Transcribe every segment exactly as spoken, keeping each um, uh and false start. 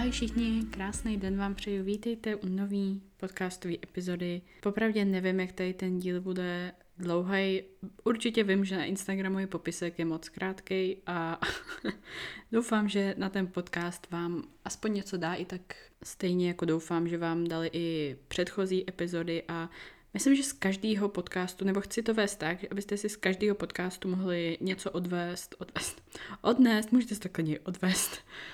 Ahoj všichni, krásný den vám přeju, vítejte u nový podcastové epizody. Popravdě nevím, jak tady ten díl bude dlouhý. Určitě vím, že na Instagramový popisek je moc krátkej a doufám, že na ten podcast vám aspoň něco dá i tak stejně jako doufám, že vám dali i předchozí epizody a myslím, že z každého podcastu, nebo chci to vést tak, abyste si z každého podcastu mohli něco odvést, odvést, odnést, můžete si to klidně odvést,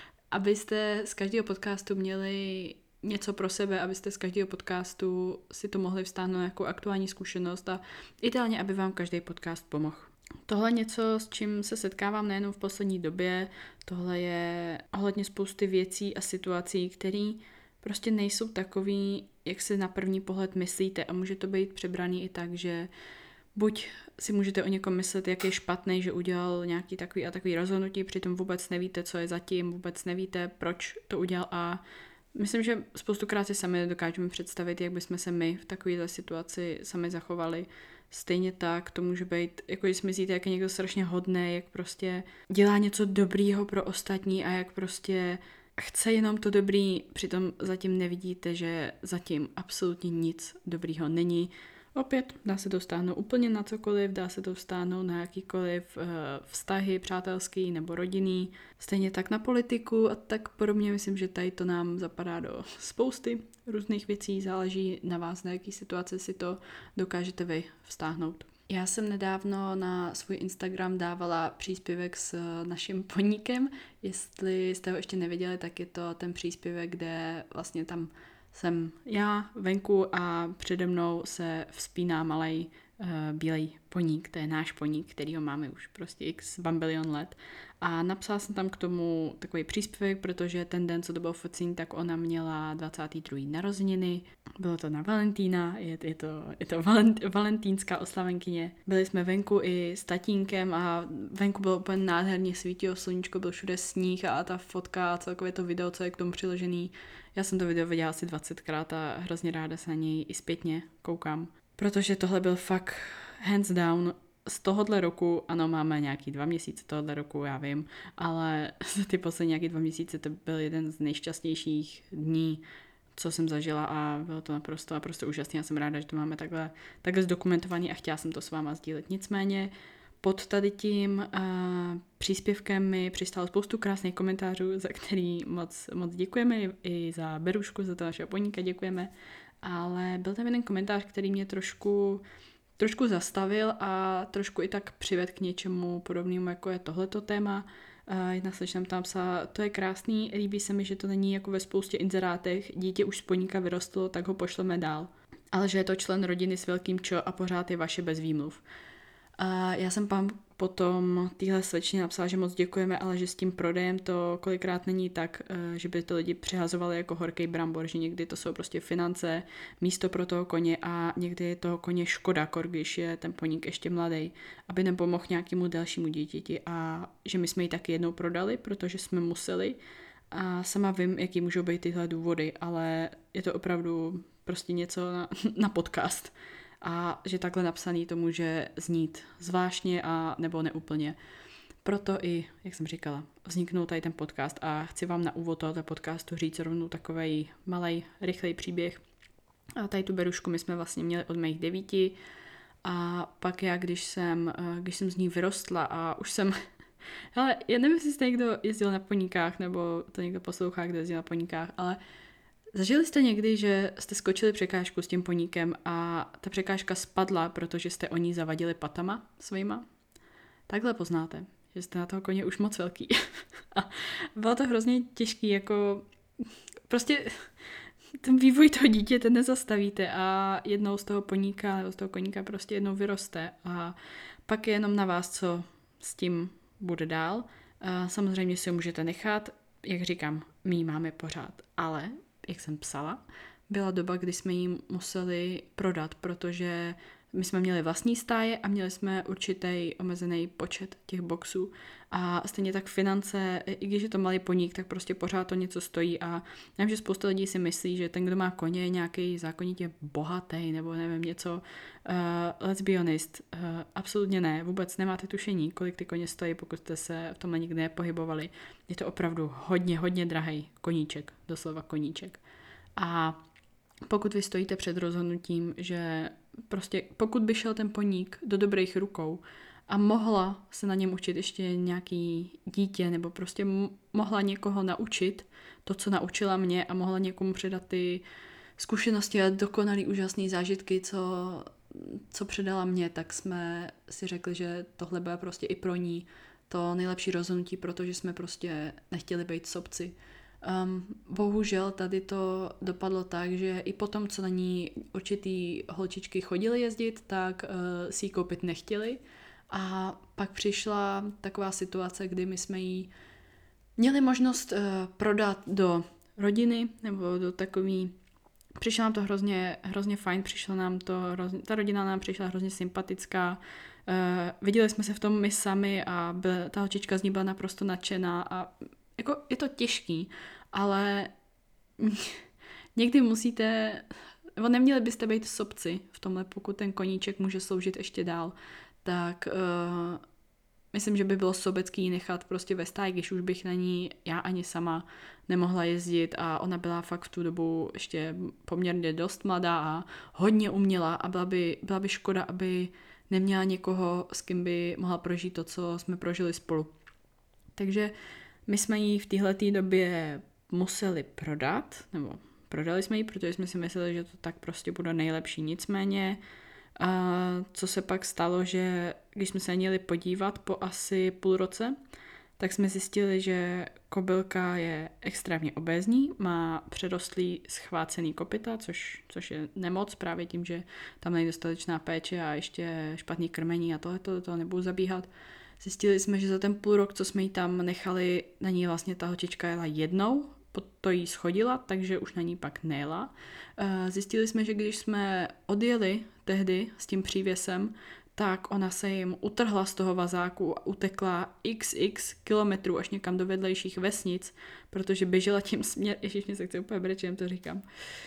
abyste z každého podcastu měli něco pro sebe, abyste z každého podcastu si to mohli vztáhnout jako aktuální zkušenost a ideálně, aby vám každý podcast pomohl. Tohle je něco, s čím se setkávám nejenom v poslední době, tohle je ohledně spousty věcí a situací, které prostě nejsou takový, jak si na první pohled myslíte a může to být přebraný i tak, že buď si můžete o někom myslet, jak je špatný, že udělal nějaký takový a takový rozhodnutí, přitom vůbec nevíte, co je zatím, vůbec nevíte, proč to udělal a myslím, že spoustukrát si sami dokážeme představit, jak bychom se my v takovéhle situaci sami zachovali. Stejně tak to může být, jako když si myslíte, jak je někdo strašně hodný, jak prostě dělá něco dobrýho pro ostatní a jak prostě chce jenom to dobrý, přitom zatím nevidíte, že zatím absolutně nic dobrýho není. Opět dá se to vztáhnout úplně na cokoliv, dá se to vztáhnout na jakýkoliv uh, vztahy přátelský nebo rodinný, stejně tak na politiku a tak podobně. Myslím, že tady to nám zapadá do spousty různých věcí, záleží na vás, na jaký situace si to dokážete vy vztáhnout. Já jsem nedávno na svůj Instagram dávala příspěvek s naším poníkem, jestli jste ho ještě neviděli, tak je to ten příspěvek, kde vlastně tam jsem já venku a přede mnou se vzpíná malej uh, bílej poník, to je náš poník, kterýho máme už prostě x bambilion let. A napsala jsem tam k tomu takový příspěvek, protože ten den, co to bylo focení, tak ona měla dvacáté druhé narozeniny. Bylo to na Valentína, je, je to, je to valent, valentínská oslavenkyně. Byli jsme venku i s tatínkem a venku bylo úplně nádherně, svítilo sluníčko, byl všude sníh a ta fotka a celkově to video, co je k tomu přiložený. Já jsem to video viděla asi dvacetkrát a hrozně ráda se na něj i zpětně koukám. Protože tohle byl fakt hands down z tohohle roku, ano, máme nějaký dva měsíce tohohle roku, já vím, ale za ty poslední nějaký dva měsíce to byl jeden z nejšťastnějších dní, co jsem zažila a bylo to naprosto, naprosto úžasné. Já jsem ráda, že to máme takhle, takhle zdokumentovaný a chtěla jsem to s váma sdílet. Nicméně pod tady tím uh, příspěvkem mi přistálo spoustu krásných komentářů, za který moc, moc děkujeme, i za Berušku, za to našeho poníka děkujeme, ale byl tam jeden komentář, který mě trošku trošku zastavil a trošku i tak přived k něčemu podobnému, jako je tohleto téma. Uh, jedna slečna tam psala, to je krásný, líbí se mi, že to není jako ve spoustě inzerátech, dítě už z poníka vyrostlo, tak ho pošleme dál. Ale že je to člen rodiny s velkým čo a pořád je vaše bez výmluv. A já jsem pán potom téhle slečně napsala, že moc děkujeme, ale že s tím prodejem to kolikrát není tak, že by to lidi přehazovali jako horký brambor, že někdy to jsou prostě finance, místo pro toho koně a někdy je toho koně škoda, kor, když je ten poník ještě mladý, aby nepomohl nějakému dalšímu dítěti a že my jsme ji taky jednou prodali, protože jsme museli a sama vím, jaký můžou být tyhle důvody, ale je to opravdu prostě něco na, na podcast. A že takhle napsaný to může znít zvláštně a nebo neúplně. Proto i, jak jsem říkala, vzniknul tady ten podcast a chci vám na úvod tohoto podcastu říct rovnou takovej malej, rychlej příběh. A tady tu Berušku my jsme vlastně měli od mých devíti a pak já, když jsem, když jsem z ní vyrostla a už jsem... Hele, já nevím, jestli jste někdo jezdil na poníkách nebo to někdo poslouchá, kdo jezdil na poníkách, ale zažili jste někdy, že jste skočili překážku s tím poníkem a ta překážka spadla, protože jste o ní zavadili patama svýma? Takhle poznáte, že jste na toho koně už moc velký. A bylo to hrozně těžký, jako prostě ten vývoj toho dítěte nezastavíte a jednou z toho poníka nebo z toho koníka prostě jednou vyroste a pak je jenom na vás, co s tím bude dál. A samozřejmě si ho můžete nechat, jak říkám, my ji máme pořád, ale jak jsem psala, byla doba, kdy jsme ji museli prodat, protože my jsme měli vlastní stáje a měli jsme určitý omezený počet těch boxů. A stejně tak finance, i když je to malý poník, tak prostě pořád to něco stojí a nevím, že spousta lidí si myslí, že ten, kdo má koně, je nějaký zákonitě bohatý nebo nevím něco. Uh, let's be honest, uh, absolutně ne, vůbec nemáte tušení, kolik ty koně stojí, pokud jste se v tomhle nikdy nepohybovali. Je to opravdu hodně, hodně drahý koníček, doslova koníček. A pokud vy stojíte před rozhodnutím, že prostě pokud by šel ten poník do dobrých rukou a mohla se na něm učit ještě nějaký dítě nebo prostě m- mohla někoho naučit to, co naučila mě a mohla někomu předat ty zkušenosti a dokonalý úžasný zážitky, co, co předala mě, tak jsme si řekli, že tohle bude prostě i pro ní to nejlepší rozhodnutí, protože jsme prostě nechtěli být sobci. Um, bohužel tady to dopadlo tak, že i potom, co na ní určitý holčičky chodily jezdit, tak uh, si ji koupit nechtěli. A pak přišla taková situace, kdy my jsme jí měli možnost uh, prodat do rodiny nebo do takový. Přišlo nám to hrozně, hrozně fajn, přišlo nám to hrozně, ta rodina nám přišla hrozně sympatická. Uh, viděli jsme se v tom my sami a byl, ta holčička z ní byla naprosto nadšená a jako je to těžký, ale někdy musíte, nebo neměli byste být sobci v tomhle, pokud ten koníček může sloužit ještě dál, tak uh, myslím, že by bylo sobecký ji nechat prostě ve stáji, když už bych na ní já ani sama nemohla jezdit a ona byla fakt v tu dobu ještě poměrně dost mladá a hodně uměla a byla by, byla by škoda, aby neměla někoho, s kým by mohla prožít to, co jsme prožili spolu. Takže my jsme ji v téhleté době museli prodat, nebo prodali jsme ji, protože jsme si mysleli, že to tak prostě bude nejlepší. Nicméně, a co se pak stalo, že když jsme se měli podívat po asi půl roce, tak jsme zjistili, že kobylka je extrémně obézní, má přerostlý schvácený kopyta, což, což je nemoc právě tím, že tam není dostatečná péče a ještě špatný krmení a tohle to, to nebudu zabíhat. Zjistili jsme, že za ten půl rok, co jsme ji tam nechali, na ní vlastně ta holčička jela jednou, to jí schodila, takže už na ní pak nejela. Zjistili jsme, že když jsme odjeli tehdy s tím přívěsem, tak ona se jim utrhla z toho vazáku a utekla iks iks kilometrů až někam do vedlejších vesnic, protože běžela tím směrem, ježiš, mě se chce úplně brečet, to říkám,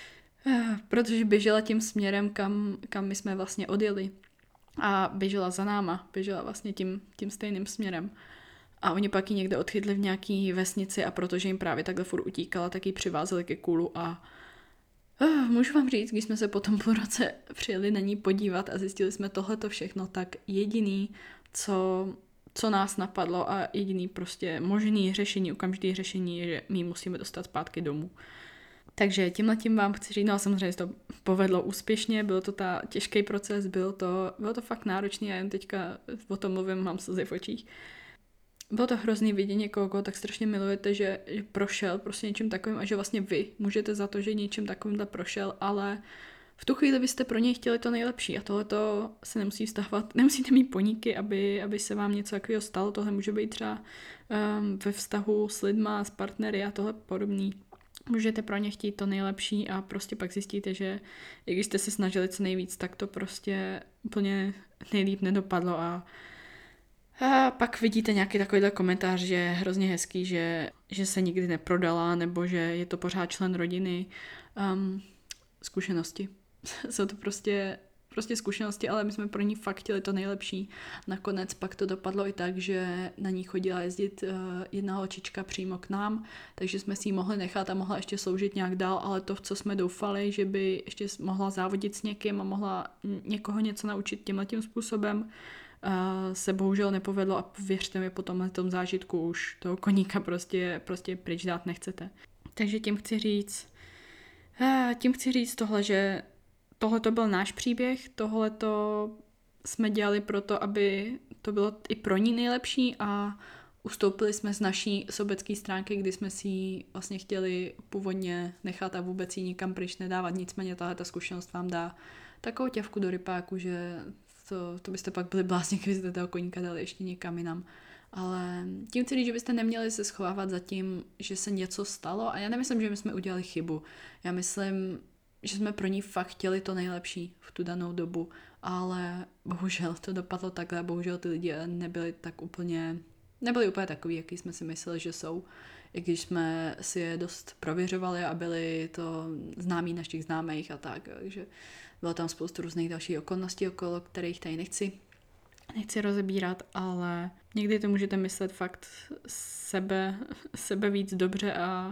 protože běžela tím směrem, kam, kam my jsme vlastně odjeli. A běžela za náma, běžela vlastně tím, tím stejným směrem. A oni pak ji někde odchytli v nějaký vesnici a protože jim právě takhle furt utíkala, tak ji přivázeli ke kůlu a uh, můžu vám říct, když jsme se po tom půl roce přijeli na ní podívat a zjistili jsme tohleto všechno, tak jediný, co, co nás napadlo a jediný prostě možný řešení, okamžitý řešení je, že my musíme dostat zpátky domů. Takže tímhletím vám chci říct, no a samozřejmě to povedlo úspěšně, byl to ta těžký proces, bylo to, bylo to fakt náročný, já jen teďka o tom mluvím, mám slzy v očích. Bylo to hrozný vidět někoho, koho tak strašně milujete, že, že prošel prostě něčím takovým a že vlastně vy můžete za to, že něčím takovýmhle prošel, ale v tu chvíli byste pro něj chtěli to nejlepší a tohleto se nemusí vztahovat, nemusíte mít poníky, aby, aby se vám něco takového stalo, tohle může být třeba um, ve vztahu s lidma, s partnery a tohle podobný. Můžete pro ně chtít to nejlepší a prostě pak zjistíte, že i když jste se snažili co nejvíc, tak to prostě úplně nejlíp nedopadlo a, a pak vidíte nějaký takovýhle komentář, že je hrozně hezký, že, že se nikdy neprodala nebo že je to pořád člen rodiny. Um, zkušenosti. Jsou to prostě prostě zkušenosti, ale my jsme pro ní fakt chtěli to nejlepší. Nakonec pak to dopadlo i tak, že na ní chodila jezdit uh, jedna holčička přímo k nám, takže jsme si ji mohli nechat a mohla ještě sloužit nějak dál, ale to, v co jsme doufali, že by ještě mohla závodit s někým a mohla někoho něco naučit tímhletím způsobem, uh, se bohužel nepovedlo a věřte mi, po tomhletom zážitku už toho koníka prostě, prostě pryč dát nechcete. Takže tím chci říct, uh, tím chci říct tohle, že tohle to byl náš příběh, tohle to jsme dělali proto, aby to bylo i pro ní nejlepší a ustoupili jsme z naší sobecké stránky, kdy jsme si ji vlastně chtěli původně nechat a vůbec ji nikam pryč nedávat. Nicméně tahle ta zkušenost vám dá takovou ťavku do rypáku, že to, to byste pak byli blázni, kdybyste toho koníka dali ještě někam jinam. Ale tím chci říct, že byste neměli se schovávat za tím, že se něco stalo a já nemyslím, že my jsme udělali chybu. Já myslím, že jsme pro ní fakt chtěli to nejlepší v tu danou dobu, ale bohužel to dopadlo takhle, bohužel ty lidi nebyli tak úplně, nebyli úplně takový, jaký jsme si mysleli, že jsou, i když jsme si je dost prověřovali a byli to známí našich známých a tak, takže bylo tam spoustu různých dalších okolností, okolo kterých tady nechci nechci rozebírat, ale někdy to můžete myslet fakt sebe, sebe víc dobře a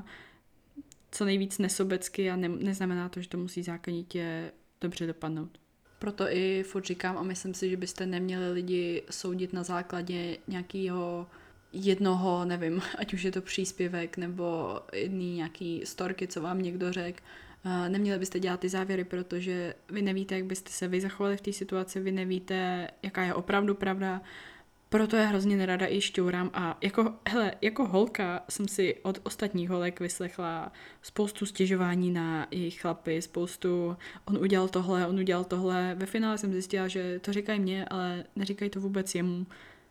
co nejvíc nesobecky a ne, neznamená to, že to musí zákonitě dobře dopadnout. Proto i furt říkám a myslím si, že byste neměli lidi soudit na základě nějakého jednoho, nevím, ať už je to příspěvek nebo jedný nějaký storky, co vám někdo řekl. Neměli byste dělat ty závěry, protože vy nevíte, jak byste se vy zachovali v té situaci, vy nevíte, jaká je opravdu pravda, proto já hrozně nerada i šťourám a jako, hele, jako holka jsem si od ostatních holek vyslechla spoustu stěžování na jejich chlapy, spoustu on udělal tohle, on udělal tohle, ve finále jsem zjistila, že to říkají mně, ale neříkají to vůbec jemu.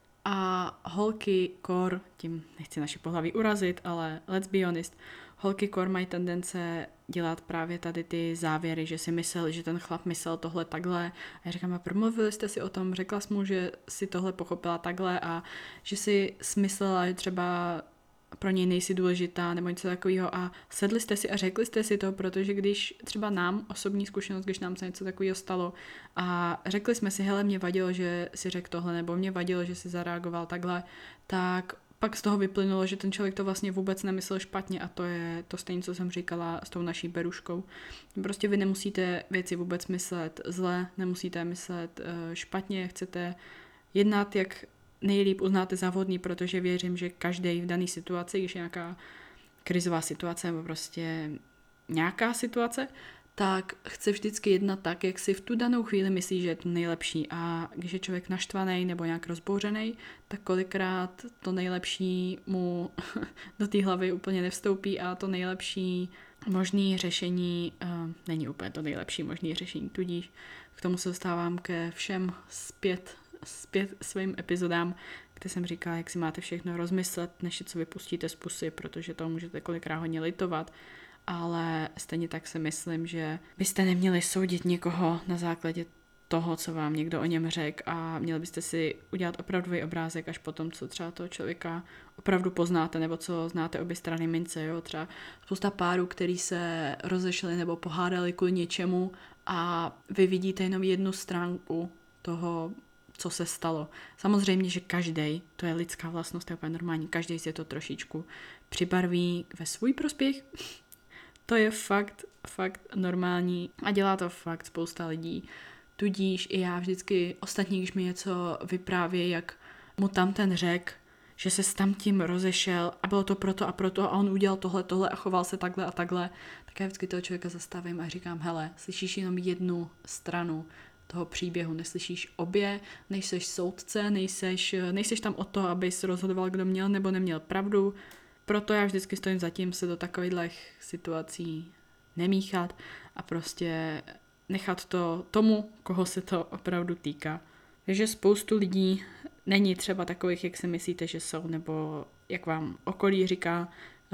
A holky kor, tím nechci naše pohlaví urazit, ale let's be honest, holky kor mají tendence dělat právě tady ty závěry, že si mysleli, že ten chlap myslel tohle takhle. A já říkám, a promluvili jste si o tom, řekla jsi mu, že si tohle pochopila takhle a že si smyslela, že třeba pro něj nejsi důležitá nebo něco takového a sedli jste si a řekli jste si to, protože když třeba nám, osobní zkušenost, když nám se něco takového stalo a řekli jsme si, hele, mě vadilo, že si řekl tohle nebo mě vadilo, že si zareagoval takhle, tak pak z toho vyplynulo, že ten člověk to vlastně vůbec nemyslel špatně a to je to stejné, co jsem říkala s tou naší beruškou. Prostě vy nemusíte věci vůbec myslet zle, nemusíte myslet uh, špatně, chcete jednat, jak nejlíp uznáte za vhodný, protože věřím, že každý v dané situaci, když je nějaká krizová situace nebo prostě nějaká situace, tak chce vždycky jednat tak, jak si v tu danou chvíli myslí, že je to nejlepší. A když je člověk naštvaný nebo nějak rozbouřený, tak kolikrát to nejlepší mu do té hlavy úplně nevstoupí a to nejlepší možné řešení uh, není úplně to nejlepší možné řešení. Tudíž k tomu se dostávám ke všem zpět, zpět svým epizodám, kde jsem říkala, jak si máte všechno rozmyslet, než co vypustíte z pusy, protože to můžete kolikrát hodně litovat. Ale stejně tak si myslím, že byste neměli soudit někoho na základě toho, co vám někdo o něm řekl a měli byste si udělat opravdový obrázek až potom, co třeba toho člověka opravdu poznáte nebo co znáte obě strany mince. Jo? Třeba spousta párů, který se rozešli nebo pohádali kvůli něčemu a vy vidíte jenom jednu stránku toho, co se stalo. Samozřejmě, že každej, to je lidská vlastnost, to je úplně normální, každej si to trošičku přibarví ve svůj prospěch. To je fakt, fakt normální a dělá to fakt spousta lidí. Tudíž i já vždycky, ostatní, když mi něco vypráví, jak mu tam ten řekl, že se s tam tím rozešel a bylo to proto a proto a on udělal tohle, tohle a choval se takhle a takhle, tak já vždycky toho člověka zastavím a říkám, hele, slyšíš jenom jednu stranu toho příběhu, neslyšíš obě, nejseš soudce, nejseš, nejseš tam o to, abys rozhodoval, kdo měl nebo neměl pravdu. Proto já vždycky stojím za tím se do takových situací nemíchat a prostě nechat to tomu, koho se to opravdu týká. Takže spoustu lidí není třeba takových, jak si myslíte, že jsou, nebo jak vám okolí říká.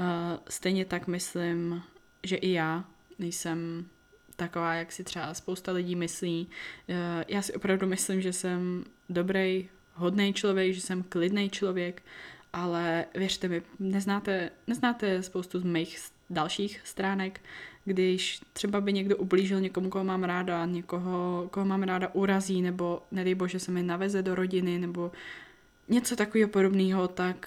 Stejně tak myslím, že i já nejsem taková, jak si třeba spousta lidí myslí. Já si opravdu myslím, že jsem dobrý, hodný člověk, že jsem klidný člověk, ale věřte mi, neznáte, neznáte spoustu z mých dalších stránek, když třeba by někdo ublížil někomu, koho mám ráda, někoho, koho mám ráda urazí, nebo nedej bože se mi naveze do rodiny, nebo něco takového podobného, tak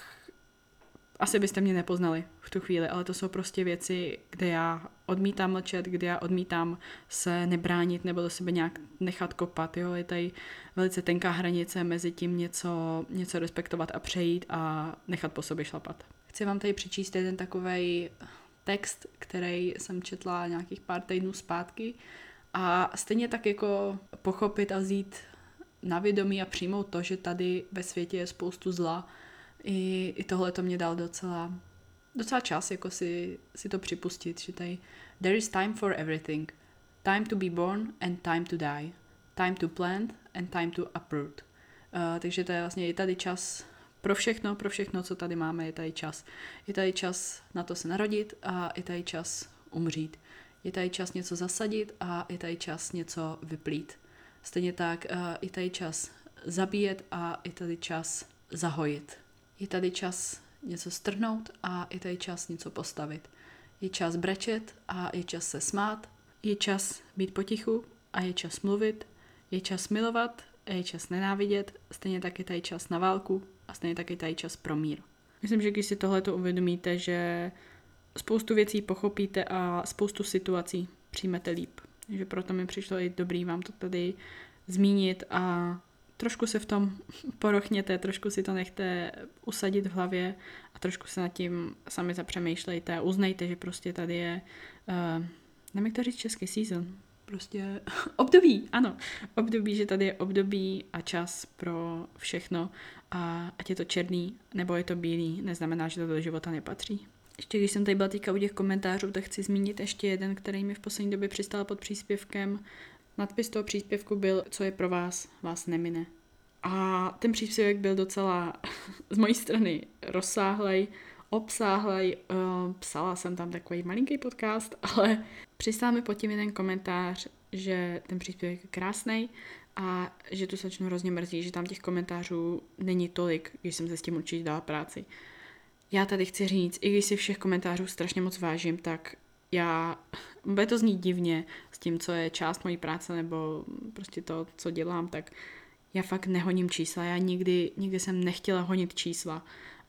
asi byste mě nepoznali v tu chvíli, ale to jsou prostě věci, kde já odmítám mlčet, kde já odmítám se nebránit nebo do sebe nějak nechat kopat. Jo? Je tady velice tenká hranice mezi tím něco, něco respektovat a přejít a nechat po sobě šlapat. Chci vám tady přečíst jeden takovej text, který jsem četla nějakých pár týdnů zpátky a stejně tak jako pochopit a vzít na vědomí a přijmout to, že tady ve světě je spoustu zla. I, i tohle to mě dal docela, docela čas, jako si, si to připustit, že tady there is time for everything. Time to be born and time to die. Time to plant and time to uproot. Uh, takže to je vlastně, je tady čas pro všechno, pro všechno, co tady máme, je tady čas. Je tady čas na to se narodit a je tady čas umřít. Je tady čas něco zasadit a je tady čas něco vyplít. Stejně tak uh, je tady čas zabíjet a je tady čas zahojit. Je tady čas něco strhnout a je tady čas něco postavit. Je čas brečet a je čas se smát. Je čas být potichu a je čas mluvit. Je čas milovat a je čas nenávidět. Stejně tak je tady čas na válku a stejně tak je tady čas pro mír. Myslím, že když si tohleto uvědomíte, že spoustu věcí pochopíte a spoustu situací přijmete líp. Takže proto mi přišlo i dobrý vám to tady zmínit a trošku se v tom porochněte, trošku si to nechte usadit v hlavě a trošku se nad tím sami zapřemýšlejte a uznejte, že prostě tady je, uh, nevím, jak to říct český, season, prostě období, ano, období, že tady je období a čas pro všechno a ať je to černý nebo je to bílý, neznamená, že to do života nepatří. Ještě když jsem tady byla týka u těch komentářů, tak chci zmínit ještě jeden, který mi v poslední době přistál pod příspěvkem. Nadpis toho příspěvku byl, co je pro vás, vás nemine. A ten příspěvek byl docela z mojí strany rozsáhlej, obsáhlej. Uh, psala jsem tam takový malinký podcast, ale přistál mi pod tím jeden komentář, že ten příspěvek je krásnej a že tu začnu hrozně mrzí, že tam těch komentářů není tolik, když jsem se s tím určitě dala práci. Já tady chci říct, i když si všech komentářů strašně moc vážím, tak já, bude to znít divně s tím, co je část mojí práce nebo prostě to, co dělám, tak já fakt nehoním čísla. Já nikdy, nikdy jsem nechtěla honit čísla.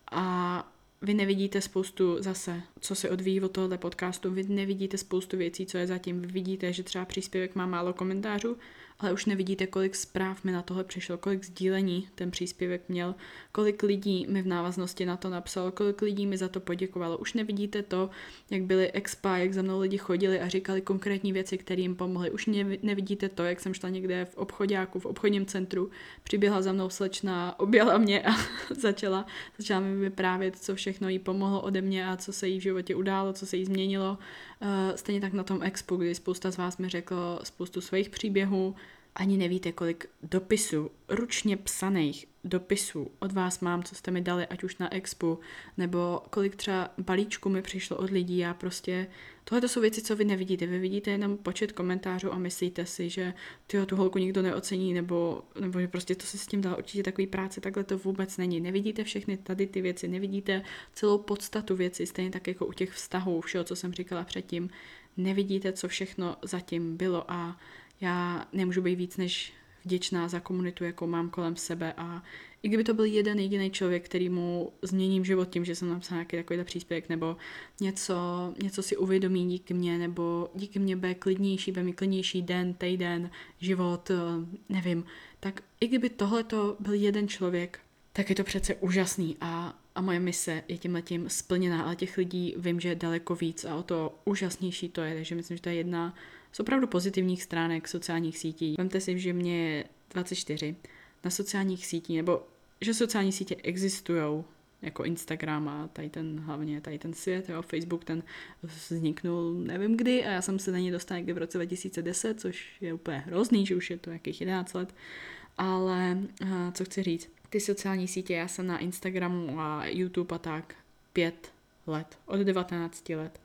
A vy nevidíte spoustu zase, co se odvíjí od tohoto podcastu, vy nevidíte spoustu věcí, co je zatím. Vy vidíte, že třeba příspěvek má málo komentářů, ale už nevidíte, kolik zpráv mi na tohle přišlo, kolik sdílení ten příspěvek měl, kolik lidí mi v návaznosti na to napsalo, kolik lidí mi za to poděkovalo. Už nevidíte to, jak byli expa, jak za mnou lidi chodili a říkali konkrétní věci, které jim pomohly. Už nevidíte to, jak jsem šla někde v obchodáku, v obchodním centru, přiběhla za mnou slečna, objala mě a začala, začala mi vyprávět, co všechno jí pomohlo ode mě a co se jí v životě událo, co se jí změnilo. Stejně tak na tom expu, kdy spousta z vás mi řeklo spoustu svých příběhů. Ani nevíte, kolik dopisů, ručně psaných dopisů od vás mám, co jste mi dali, ať už na expu, nebo kolik třeba balíčků mi přišlo od lidí. Já prostě, tohle to jsou věci, co vy nevidíte. Vy vidíte jenom počet komentářů a myslíte si, že tyjo, tu holku nikdo neocení, nebo, nebo že prostě to si s tím dala určitě takový práce. Takhle to vůbec není. Nevidíte všechny tady ty věci, nevidíte celou podstatu věci, stejně tak jako u těch vztahů, všeho, co jsem říkala předtím. Nevidíte, co všechno zatím bylo a já nemůžu být víc než vděčná za komunitu, jakou mám kolem sebe a i kdyby to byl jeden jediný člověk, kterýmu změním život tím, že jsem napsala nějaký takovýhle příspěvek nebo něco, něco si uvědomí díky mně nebo díky mně bude klidnější, bude mi klidnější den, týden, život, nevím, tak i kdyby tohleto byl jeden člověk, tak je to přece úžasný a, a moje mise je tímhletím splněná, ale těch lidí vím, že je daleko víc a o to úžasnější to je, takže myslím, že to je jedna z opravdu pozitivních stránek sociálních sítí. Vemte si, že mě je dvacet čtyři na sociálních sítích, nebo že sociální sítě existujou, jako Instagram a tady ten, hlavně tady ten svět, jo, Facebook, ten vzniknul nevím kdy a já jsem se na něj dostala někdy v roce dva tisíce deset, což je úplně hrozný, že už je to jakých jedenáct let, ale co chci říct, ty sociální sítě, já jsem na Instagramu a YouTube a tak pět let, od devatenácti let.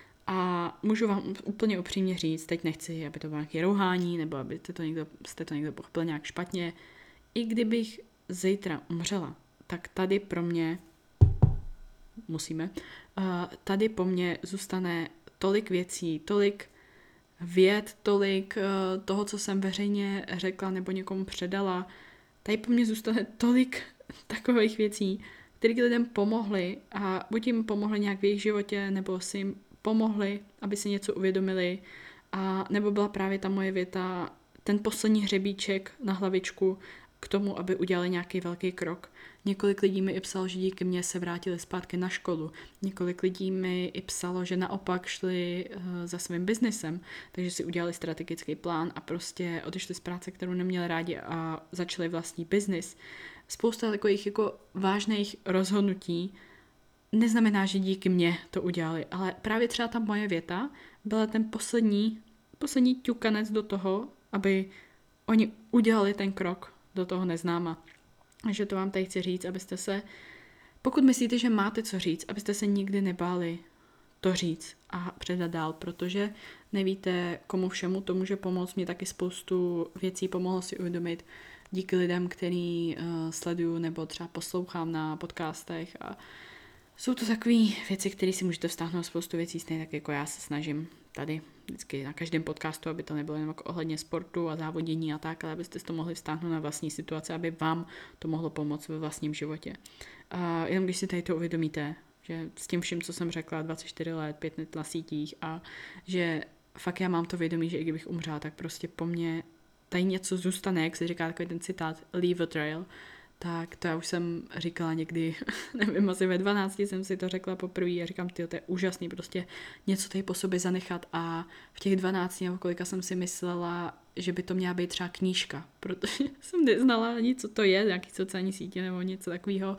A můžu vám úplně upřímně říct, teď nechci, aby to bylo nějaké rouhání, nebo aby jste to někdo, jste to někdo pochopil nějak špatně. I kdybych zítra umřela, tak tady pro mě, musíme, tady po mně zůstane tolik věcí, tolik věd, tolik toho, co jsem veřejně řekla nebo někomu předala. Tady po mně zůstane tolik takových věcí, které lidem pomohly a buď jim pomohly nějak v jejich životě, nebo si jim pomohli, aby si něco uvědomili a nebo byla právě ta moje věta, ten poslední hřebíček na hlavičku k tomu, aby udělali nějaký velký krok. Několik lidí mi i psalo, že díky mně se vrátili zpátky na školu. Několik lidí mi i psalo, že naopak šli uh, za svým biznesem, takže si udělali strategický plán a prostě odešli z práce, kterou neměli rádi a začali vlastní biznis. Spousta takových jako vážných rozhodnutí neznamená, že díky mně to udělali, ale právě třeba ta moje věta byla ten poslední, poslední ťukanec do toho, aby oni udělali ten krok do toho neznáma. Takže to vám tady chci říct, abyste se, pokud myslíte, že máte co říct, abyste se nikdy nebáli to říct a předat dál, protože nevíte, komu všemu to může pomoct. Mě taky spoustu věcí pomohlo si uvědomit díky lidem, který uh, sleduju nebo třeba poslouchám na podcastech a jsou to takové věci, které si můžete vztáhnout spoustu věcí, stejně tak jako já se snažím tady vždycky na každém podcastu, aby to nebylo jen jako ohledně sportu a závodění a tak, ale abyste to mohli vztáhnout na vlastní situace, aby vám to mohlo pomoct ve vlastním životě. A jenom když si tady to uvědomíte, že s tím vším, co jsem řekla, dvacet čtyři let, pět let na sítích a že fakt já mám to vědomí, že i kdybych umřela, tak prostě po mně tady něco zůstane, jak se říká takový ten citát, leave a trail, tak to já už jsem říkala někdy, nevím, asi ve dvanácti jsem si to řekla poprvé a říkám, tyjo, to je úžasný, prostě něco tady po sobě zanechat a v těch dvanácti nebo kolika jsem si myslela, že by to měla být třeba knížka, protože jsem neznala ani, co to je, nějaký sociální sítě nebo něco takového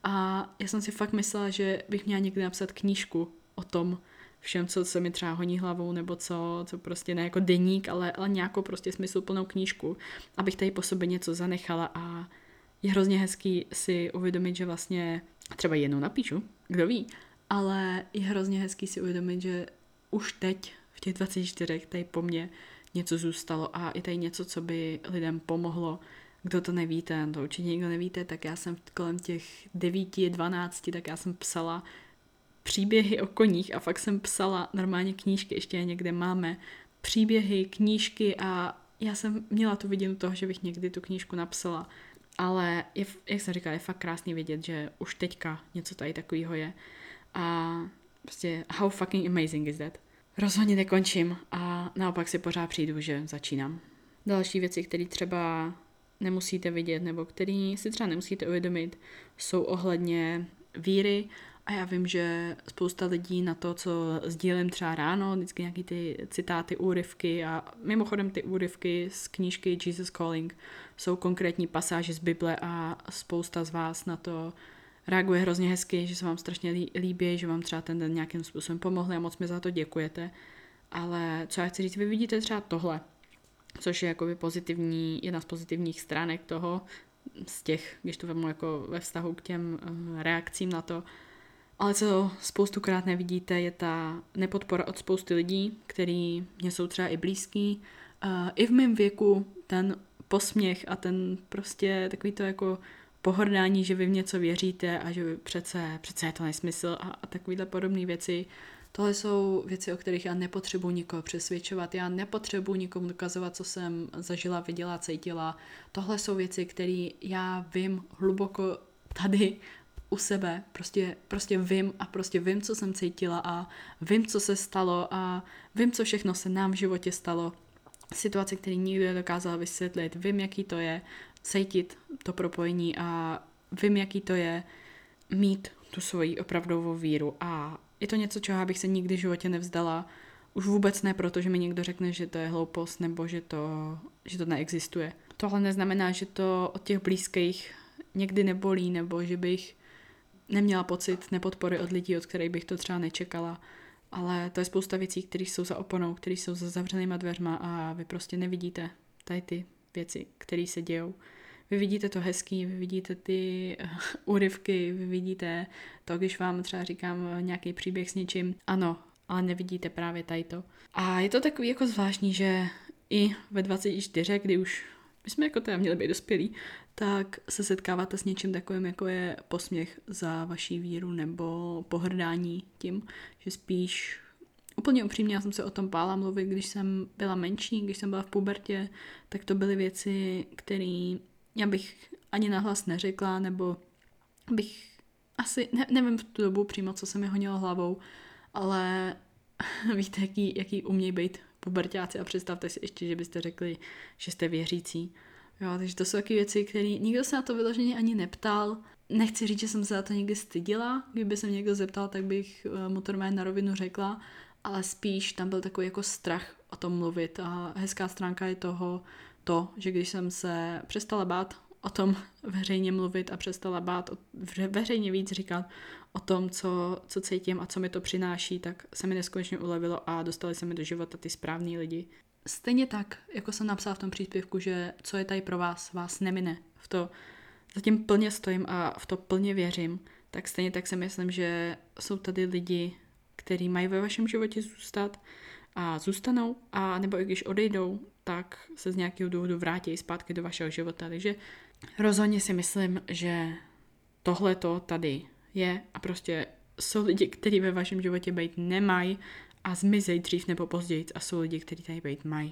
a já jsem si fakt myslela, že bych měla někdy napsat knížku o tom všem, co se mi třeba honí hlavou, nebo co, co prostě ne jako deník, ale, ale nějakou prostě smysluplnou knížku, abych tady po sobě něco zanechala a je hrozně hezký si uvědomit, že vlastně třeba jednou napíšu, kdo ví, ale je hrozně hezký si uvědomit, že už teď v těch dvaceti čtyřech tady po mně něco zůstalo a je tady něco, co by lidem pomohlo. Kdo to nevíte, to určitě nikdo nevíte, tak já jsem kolem těch devíti, dvanácti, tak já jsem psala příběhy o koních a fakt jsem psala normálně knížky, ještě je někde máme, příběhy, knížky a já jsem měla tu viděnu toho, že bych někdy tu knížku napsala. Ale je, jak jsem říkala, je fakt krásný vidět, že už teďka něco tady takového je. A prostě how fucking amazing is that? Rozhodně nekončím a naopak si pořád přijdu, že začínám. Další věci, které třeba nemusíte vidět nebo které si třeba nemusíte uvědomit, jsou ohledně víry. A já vím, že spousta lidí na to, co sdílím třeba ráno, vždycky nějaký ty citáty, úryvky a mimochodem ty úryvky z knížky Jesus Calling jsou konkrétní pasáže z Bible a spousta z vás na to reaguje hrozně hezky, že se vám strašně líbí, že vám třeba ten den nějakým způsobem pomohli a moc mi za to děkujete. Ale co já chci říct, vy vidíte třeba tohle, což je jakoby pozitivní, jedna z pozitivních stránek toho, z těch, když to vemu jako ve vztahu k těm reakcím na to. Ale co spoustukrát nevidíte, je ta nepodpora od spousty lidí, který mě jsou třeba i blízký. Uh, I v mém věku ten posměch a ten prostě takový to jako pohrdání, že vy v něco věříte a že přece, přece je to nesmysl a, a takovýhle podobné věci. Tohle jsou věci, o kterých já nepotřebuji nikoho přesvědčovat, já nepotřebuji nikomu dokazovat, co jsem zažila, viděla, cítila. Tohle jsou věci, které já vím hluboko tady u sebe, prostě, prostě vím a prostě vím, co jsem cítila a vím, co se stalo a vím, co všechno se nám v životě stalo. Situace, které nikdo nedokázal vysvětlit, vím, jaký to je cítit to propojení a vím, jaký to je mít tu svoji opravdovou víru a je to něco, čeho bych se nikdy v životě nevzdala. Už vůbec ne, protože mi někdo řekne, že to je hloupost nebo že to, že to neexistuje. Tohle neznamená, že to od těch blízkých někdy nebolí nebo že bych neměla pocit nepodpory od lidí, od kterých bych to třeba nečekala. Ale to je spousta věcí, které jsou za oponou, které jsou za zavřenýma dveřma a vy prostě nevidíte tady ty věci, které se dějou. Vy vidíte to hezký, vy vidíte ty úryvky, vy vidíte to, když vám třeba říkám nějaký příběh s něčím. Ano, ale nevidíte právě tady to. A je to takový jako zvláštní, že i ve dvaceti čtyřech, kdy už my jsme jako teda měli být dospělí, tak se setkáváte s něčím takovým, jako je posměch za vaší víru nebo pohrdání tím, že spíš úplně upřímně, já jsem se o tom bála mluvit, když jsem byla menší, když jsem byla v pubertě, tak to byly věci, které já bych ani nahlas neřekla, nebo bych asi, ne, nevím v tu dobu přímo, co se mi honilo hlavou, ale víte, jaký, jaký umějí být puberťáci a představte si ještě, že byste řekli, že jste věřící. Jo, takže to jsou taky věci, které nikdo se na to vyloženě ani neptal. Nechci říct, že jsem se za to někdy stydila. Kdyby se mě někdo zeptal, tak bych mu to normálně na rovinu řekla, ale spíš tam byl takový jako strach o tom mluvit a hezká stránka je toho to, že když jsem se přestala bát o tom veřejně mluvit a přestala bát o, veřejně víc říkat o tom, co, co cítím a co mi to přináší, tak se mi neskutečně ulevilo a dostali se mi do života ty správný lidi. Stejně tak, jako jsem napsala v tom příspěvku, že co je tady pro vás, vás nemine. V to zatím plně stojím a v to plně věřím. Tak stejně tak si myslím, že jsou tady lidi, který mají ve vašem životě zůstat a zůstanou, a nebo i když odejdou, tak se z nějakého důvodu vrátí zpátky do vašeho života. Takže rozhodně si myslím, že tohle to tady je a prostě jsou lidi, kteří ve vašem životě být nemají a zmizej dřív nebo později, a jsou lidi, kteří tady být mají.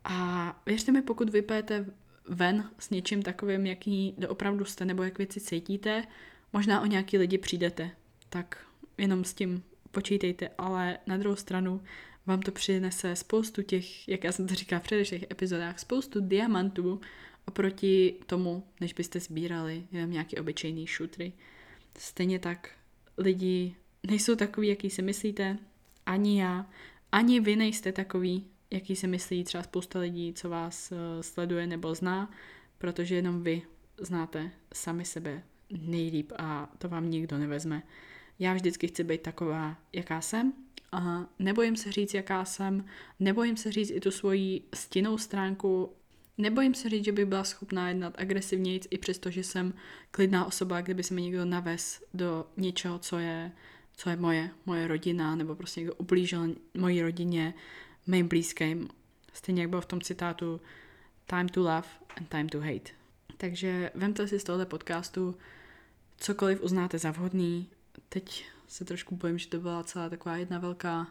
A věřte mi, pokud vypijete ven s něčím takovým, jaký opravdu jste nebo jak věci cítíte, možná o nějaký lidi přijdete, tak jenom s tím počítejte, ale na druhou stranu vám to přinese spoustu těch, jak já jsem to říkala v předešlých epizodách, spoustu diamantů oproti tomu, než byste sbírali jenom nějaký obyčejný šutry. Stejně tak lidi nejsou takový, jaký si myslíte, ani já, ani vy nejste takový, jaký si myslí třeba spousta lidí, co vás sleduje nebo zná, protože jenom vy znáte sami sebe nejlíp a to vám nikdo nevezme. Já vždycky chci být taková, jaká jsem, a nebojím se říct, jaká jsem, nebojím se říct i tu svoji stinnou stránku, nebojím se říct, že bych byla schopná jednat agresivnějc, i přesto, že jsem klidná osoba, kdyby se mi někdo navez do něčeho, co je, co je moje, moje rodina, nebo prostě někdo ublížil mojí rodině, mým blízkým. Stejně jak bylo v tom citátu time to love and time to hate. Takže vemte si z tohoto podcastu cokoliv uznáte za vhodný. Teď se trošku bojím, že to byla celá taková jedna velká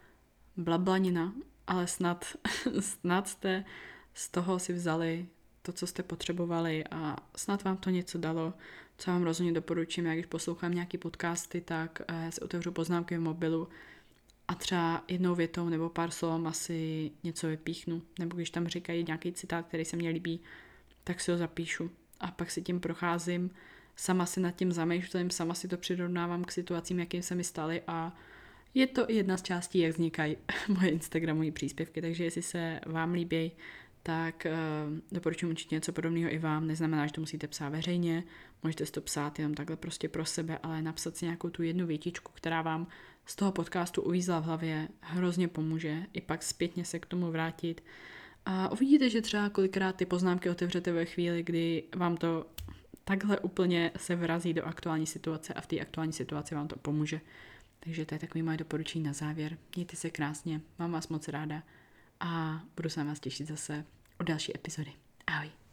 blablanina, ale snad, snad jste z toho si vzali to, co jste potřebovali a snad vám to něco dalo, co vám rozhodně doporučím. Já když poslouchám nějaký podcasty, tak já si otevřu poznámky v mobilu a třeba jednou větou nebo pár slovem asi něco vypíchnu. Nebo když tam říkají nějaký citát, který se mně líbí, tak si ho zapíšu. A pak si tím procházím, sama si nad tím zamýšlím, sama si to přirovnávám k situacím, jakým se mi staly, a je to jedna z částí, jak vznikají moje Instagramové příspěvky. Takže jestli se vám líbí, tak uh, doporučuji určitě něco podobného i vám. Neznamená, že to musíte psát veřejně, můžete si to psát jenom takhle prostě pro sebe, ale napsat si nějakou tu jednu větičku, která vám z toho podcastu uvízla v hlavě, hrozně pomůže i pak zpětně se k tomu vrátit. A uvidíte, že třeba kolikrát ty poznámky otevřete ve chvíli, kdy vám to takhle úplně se vrazí do aktuální situace a v té aktuální situaci vám to pomůže. Takže to je takový moje doporučení na závěr. Mějte se krásně, mám vás moc ráda a budu se na vás těšit zase u další epizody. Ahoj.